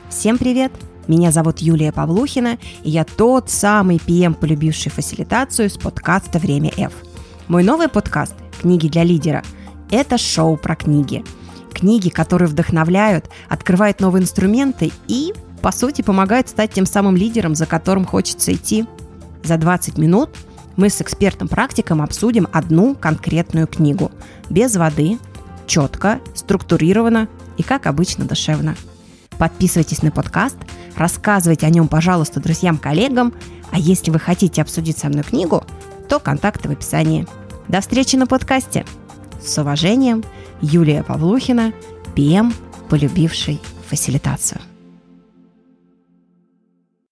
Всем привет! Меня зовут Юлия Павлухина, и я тот самый ПМ, полюбивший фасилитацию с подкаста «Время F». Мой новый подкаст «Книги для лидера» – это шоу про книги. Книги, которые вдохновляют, открывают новые инструменты и, по сути, помогают стать тем самым лидером, за которым хочется идти. За 20 минут мы с экспертом-практиком обсудим одну конкретную книгу. Без воды, четко, структурированно и, как обычно, душевно. Подписывайтесь на подкаст, рассказывайте о нем, пожалуйста, друзьям-коллегам, а если вы хотите обсудить со мной книгу, то контакты в описании. До встречи на подкасте! С уважением, Юлия Павлухина, ПМ, полюбивший фасилитацию.